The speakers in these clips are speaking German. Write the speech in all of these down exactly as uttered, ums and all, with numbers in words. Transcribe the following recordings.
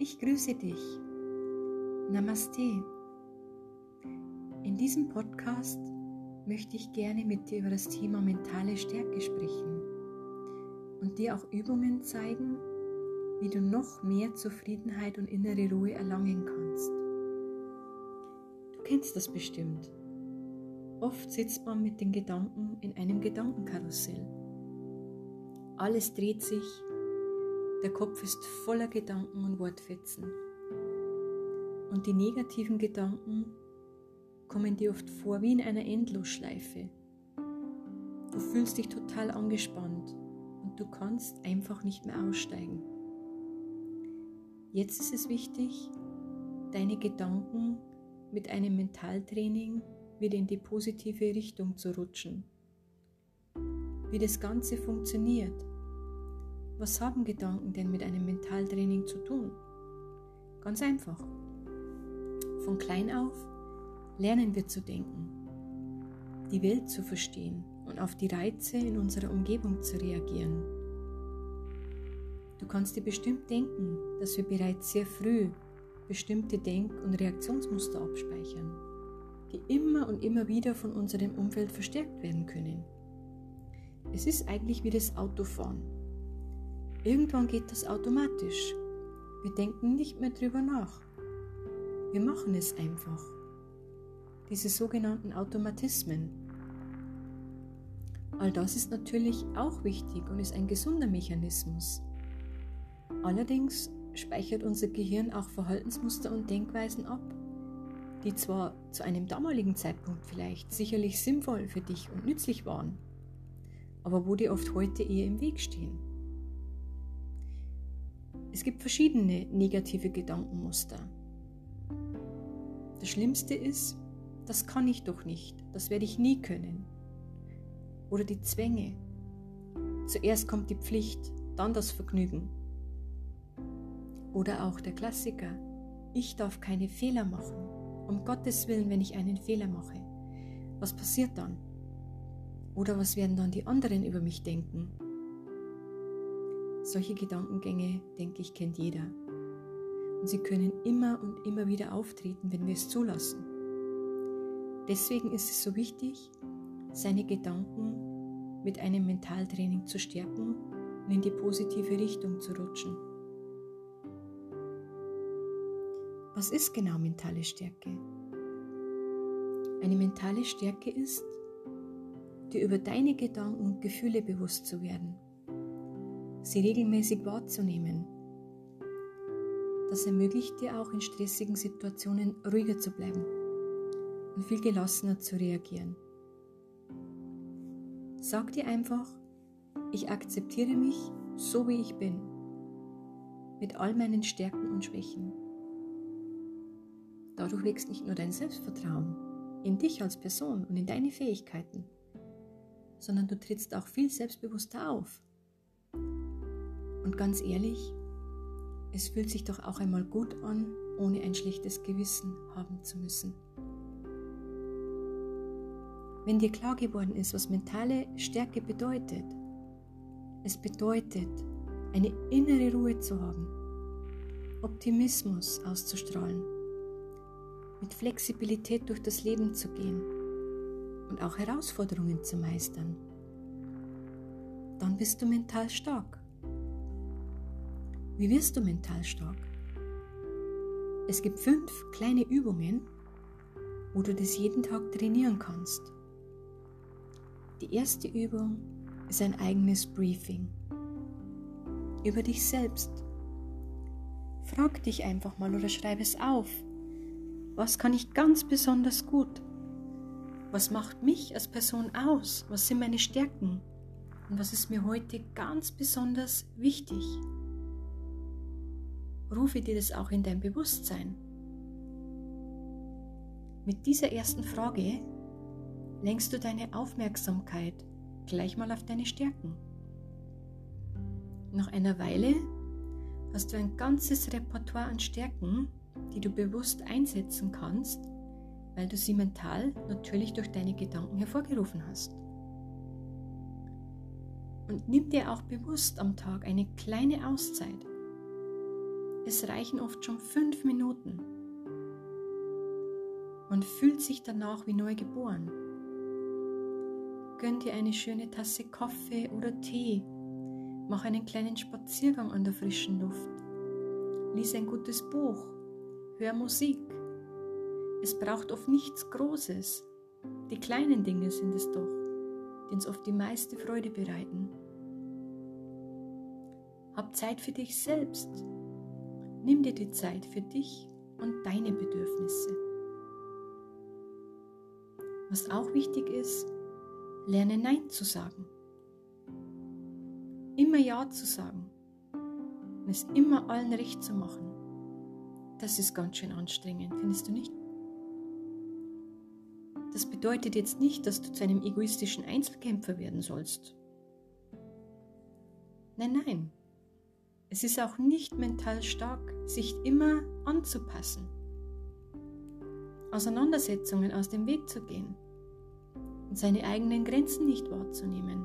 Ich grüße dich. Namaste. In diesem Podcast möchte ich gerne mit dir über das Thema mentale Stärke sprechen und dir auch Übungen zeigen, wie du noch mehr Zufriedenheit und innere Ruhe erlangen kannst. Du kennst das bestimmt. Oft sitzt man mit den Gedanken in einem Gedankenkarussell. Alles dreht sich, der Kopf ist voller Gedanken und Wortfetzen. Und die negativen Gedanken kommen dir oft vor wie in einer Endlosschleife. Du fühlst dich total angespannt und du kannst einfach nicht mehr aussteigen. Jetzt ist es wichtig, deine Gedanken mit einem Mentaltraining wieder in die positive Richtung zu rutschen. Wie das Ganze funktioniert. Was haben Gedanken denn mit einem Mentaltraining zu tun? Ganz einfach. Von klein auf lernen wir zu denken, die Welt zu verstehen und auf die Reize in unserer Umgebung zu reagieren. Du kannst dir bestimmt denken, dass wir bereits sehr früh bestimmte Denk- und Reaktionsmuster abspeichern, die immer und immer wieder von unserem Umfeld verstärkt werden können. Es ist eigentlich wie das Autofahren. Irgendwann geht das automatisch. Wir denken nicht mehr drüber nach. Wir machen es einfach. Diese sogenannten Automatismen. All das ist natürlich auch wichtig und ist ein gesunder Mechanismus. Allerdings speichert unser Gehirn auch Verhaltensmuster und Denkweisen ab, die zwar zu einem damaligen Zeitpunkt vielleicht sicherlich sinnvoll für dich und nützlich waren, aber wo dir oft heute eher im Weg stehen. Es gibt verschiedene negative Gedankenmuster. Das Schlimmste ist, das kann ich doch nicht, das werde ich nie können. Oder die Zwänge. Zuerst kommt die Pflicht, dann das Vergnügen. Oder auch der Klassiker, ich darf keine Fehler machen. Um Gottes Willen, wenn ich einen Fehler mache. Was passiert dann? Oder was werden dann die anderen über mich denken? Solche Gedankengänge, denke ich, kennt jeder. Und sie können immer und immer wieder auftreten, wenn wir es zulassen. Deswegen ist es so wichtig, seine Gedanken mit einem Mentaltraining zu stärken und in die positive Richtung zu rutschen. Was ist genau mentale Stärke? Eine mentale Stärke ist, dir über deine Gedanken und Gefühle bewusst zu werden, sie regelmäßig wahrzunehmen. Das ermöglicht dir auch in stressigen Situationen ruhiger zu bleiben und viel gelassener zu reagieren. Sag dir einfach, ich akzeptiere mich so wie ich bin, mit all meinen Stärken und Schwächen. Dadurch wächst nicht nur dein Selbstvertrauen in dich als Person und in deine Fähigkeiten, sondern du trittst auch viel selbstbewusster auf. Und ganz ehrlich, es fühlt sich doch auch einmal gut an, ohne ein schlechtes Gewissen haben zu müssen. Wenn dir klar geworden ist, was mentale Stärke bedeutet, es bedeutet, eine innere Ruhe zu haben, Optimismus auszustrahlen, mit Flexibilität durch das Leben zu gehen und auch Herausforderungen zu meistern, dann bist du mental stark. Wie wirst du mental stark? Es gibt fünf kleine Übungen, wo du das jeden Tag trainieren kannst. Die erste Übung ist ein eigenes Briefing über dich selbst. Frag dich einfach mal oder schreib es auf. Was kann ich ganz besonders gut? Was macht mich als Person aus? Was sind meine Stärken? Und was ist mir heute ganz besonders wichtig? Rufe dir das auch in dein Bewusstsein. Mit dieser ersten Frage lenkst du deine Aufmerksamkeit gleich mal auf deine Stärken. Nach einer Weile hast du ein ganzes Repertoire an Stärken, die du bewusst einsetzen kannst, weil du sie mental natürlich durch deine Gedanken hervorgerufen hast. Und nimm dir auch bewusst am Tag eine kleine Auszeit. Es reichen oft schon fünf Minuten. Man fühlt sich danach wie neu geboren. Gönn dir eine schöne Tasse Kaffee oder Tee. Mach einen kleinen Spaziergang an der frischen Luft. Lies ein gutes Buch. Hör Musik. Es braucht oft nichts Großes. Die kleinen Dinge sind es doch, die uns oft die meiste Freude bereiten. Hab Zeit für dich selbst. Nimm dir die Zeit für dich und deine Bedürfnisse. Was auch wichtig ist, lerne Nein zu sagen. Immer Ja zu sagen und es immer allen recht zu machen. Das ist ganz schön anstrengend, findest du nicht? Das bedeutet jetzt nicht, dass du zu einem egoistischen Einzelkämpfer werden sollst. Nein, nein. Es ist auch nicht mental stark, sich immer anzupassen, Auseinandersetzungen aus dem Weg zu gehen und seine eigenen Grenzen nicht wahrzunehmen.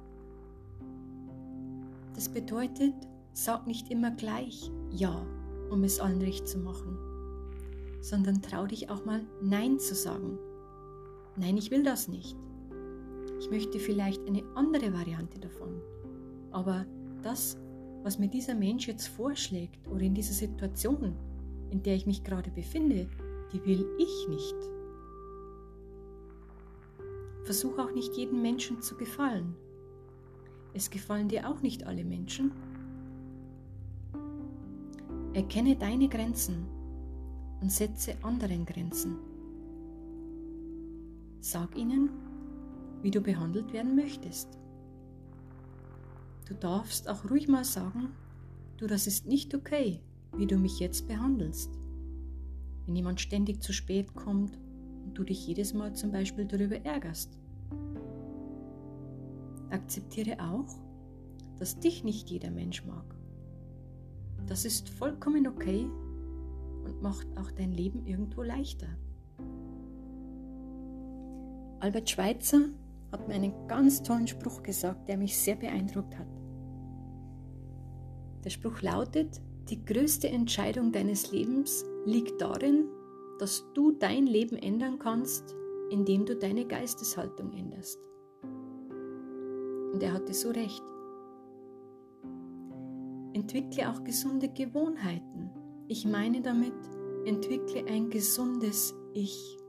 Das bedeutet, sag nicht immer gleich Ja, um es allen recht zu machen, sondern trau dich auch mal Nein zu sagen. Nein, ich will das nicht. Ich möchte vielleicht eine andere Variante davon. Aber das, was mir dieser Mensch jetzt vorschlägt oder in dieser Situation, in der ich mich gerade befinde, die will ich nicht. Versuch auch nicht jedem Menschen zu gefallen. Es gefallen dir auch nicht alle Menschen. Erkenne deine Grenzen und setze anderen Grenzen. Sag ihnen, wie du behandelt werden möchtest. Du darfst auch ruhig mal sagen, du, das ist nicht okay, wie du mich jetzt behandelst. Wenn jemand ständig zu spät kommt und du dich jedes Mal zum Beispiel darüber ärgerst. Akzeptiere auch, dass dich nicht jeder Mensch mag. Das ist vollkommen okay und macht auch dein Leben irgendwo leichter. Albert Schweitzer hat mir einen ganz tollen Spruch gesagt, der mich sehr beeindruckt hat. Der Spruch lautet: Die größte Entscheidung deines Lebens liegt darin, dass du dein Leben ändern kannst, indem du deine Geisteshaltung änderst. Und er hatte so recht. Entwickle auch gesunde Gewohnheiten. Ich meine damit, entwickle ein gesundes Ich.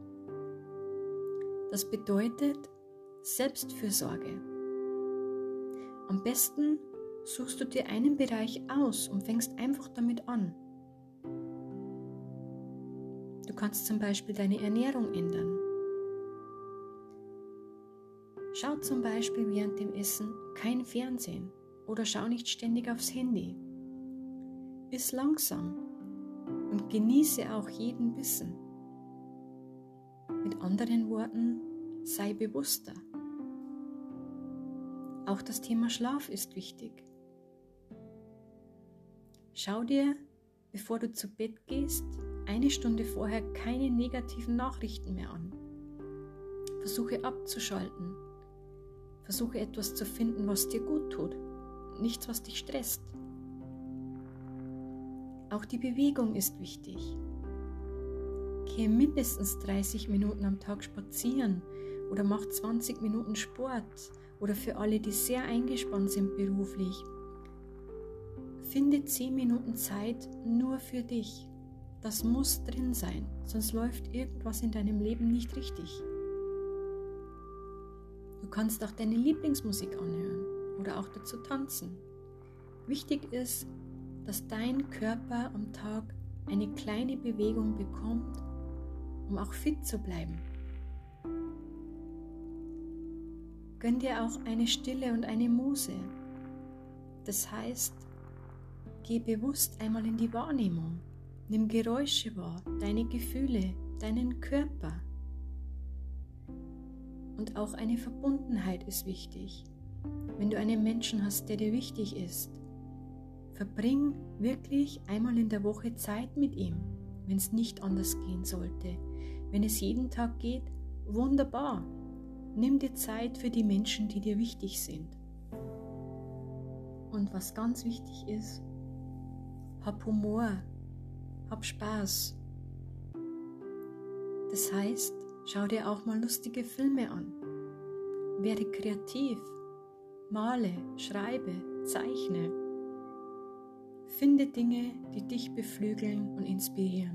Das bedeutet Selbstfürsorge. Am besten suchst du dir einen Bereich aus und fängst einfach damit an. Du kannst zum Beispiel deine Ernährung ändern. Schau zum Beispiel während dem Essen kein Fernsehen oder schau nicht ständig aufs Handy. Iss langsam und genieße auch jeden Bissen. Mit anderen Worten, sei bewusster. Auch das Thema Schlaf ist wichtig. Schau dir, bevor du zu Bett gehst, eine Stunde vorher keine negativen Nachrichten mehr an. Versuche abzuschalten. Versuche etwas zu finden, was dir gut tut, nichts, was dich stresst. Auch die Bewegung ist wichtig. Gehe mindestens dreißig Minuten am Tag spazieren oder mach zwanzig Minuten Sport oder für alle, die sehr eingespannt sind beruflich. Finde zehn Minuten Zeit nur für dich. Das muss drin sein, sonst läuft irgendwas in deinem Leben nicht richtig. Du kannst auch deine Lieblingsmusik anhören oder auch dazu tanzen. Wichtig ist, dass dein Körper am Tag eine kleine Bewegung bekommt, um auch fit zu bleiben. Gönn dir auch eine Stille und eine Muße. Das heißt, geh bewusst einmal in die Wahrnehmung. Nimm Geräusche wahr, deine Gefühle, deinen Körper. Und auch eine Verbundenheit ist wichtig. Wenn du einen Menschen hast, der dir wichtig ist, verbring wirklich einmal in der Woche Zeit mit ihm, wenn es nicht anders gehen sollte. Wenn es jeden Tag geht, wunderbar. Nimm dir Zeit für die Menschen, die dir wichtig sind. Und was ganz wichtig ist, hab Humor, hab Spaß. Das heißt, schau dir auch mal lustige Filme an. Werde kreativ, male, schreibe, zeichne. Finde Dinge, die dich beflügeln und inspirieren.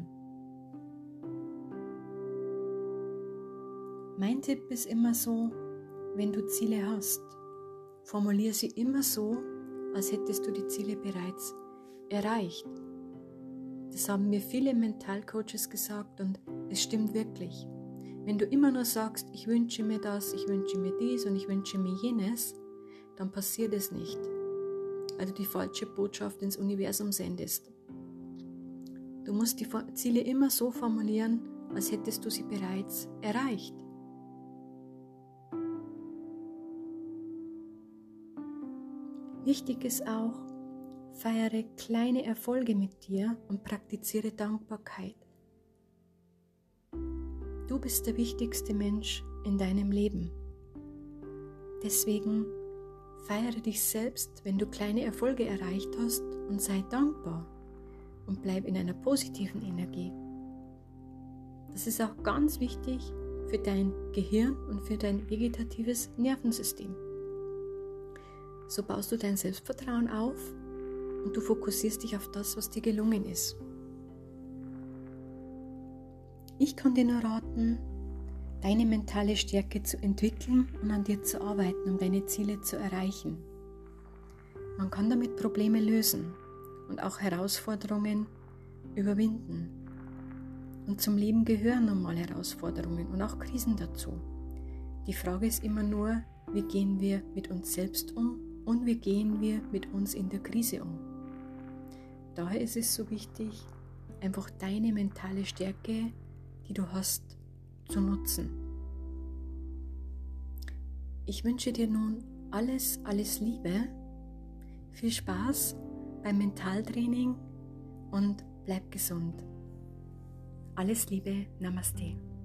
Mein Tipp ist immer so, wenn du Ziele hast, formuliere sie immer so, als hättest du die Ziele bereits erreicht. Das haben mir viele Mentalcoaches gesagt und es stimmt wirklich. Wenn du immer nur sagst, ich wünsche mir das, ich wünsche mir dies und ich wünsche mir jenes, dann passiert es nicht, weil du die falsche Botschaft ins Universum sendest. Du musst die Ziele immer so formulieren, als hättest du sie bereits erreicht. Wichtig ist auch, feiere kleine Erfolge mit dir und praktiziere Dankbarkeit. Du bist der wichtigste Mensch in deinem Leben. Deswegen feiere dich selbst, wenn du kleine Erfolge erreicht hast und sei dankbar und bleib in einer positiven Energie. Das ist auch ganz wichtig für dein Gehirn und für dein vegetatives Nervensystem. So baust du dein Selbstvertrauen auf und du fokussierst dich auf das, was dir gelungen ist. Ich kann dir nur raten, deine mentale Stärke zu entwickeln und an dir zu arbeiten, um deine Ziele zu erreichen. Man kann damit Probleme lösen und auch Herausforderungen überwinden. Und zum Leben gehören nun mal Herausforderungen und auch Krisen dazu. Die Frage ist immer nur, wie gehen wir mit uns selbst um und wie gehen wir mit uns in der Krise um. Daher ist es so wichtig, einfach deine mentale Stärke, die du hast, zu nutzen. Ich wünsche dir nun alles, alles Liebe, viel Spaß beim Mentaltraining und bleib gesund. Alles Liebe, Namaste.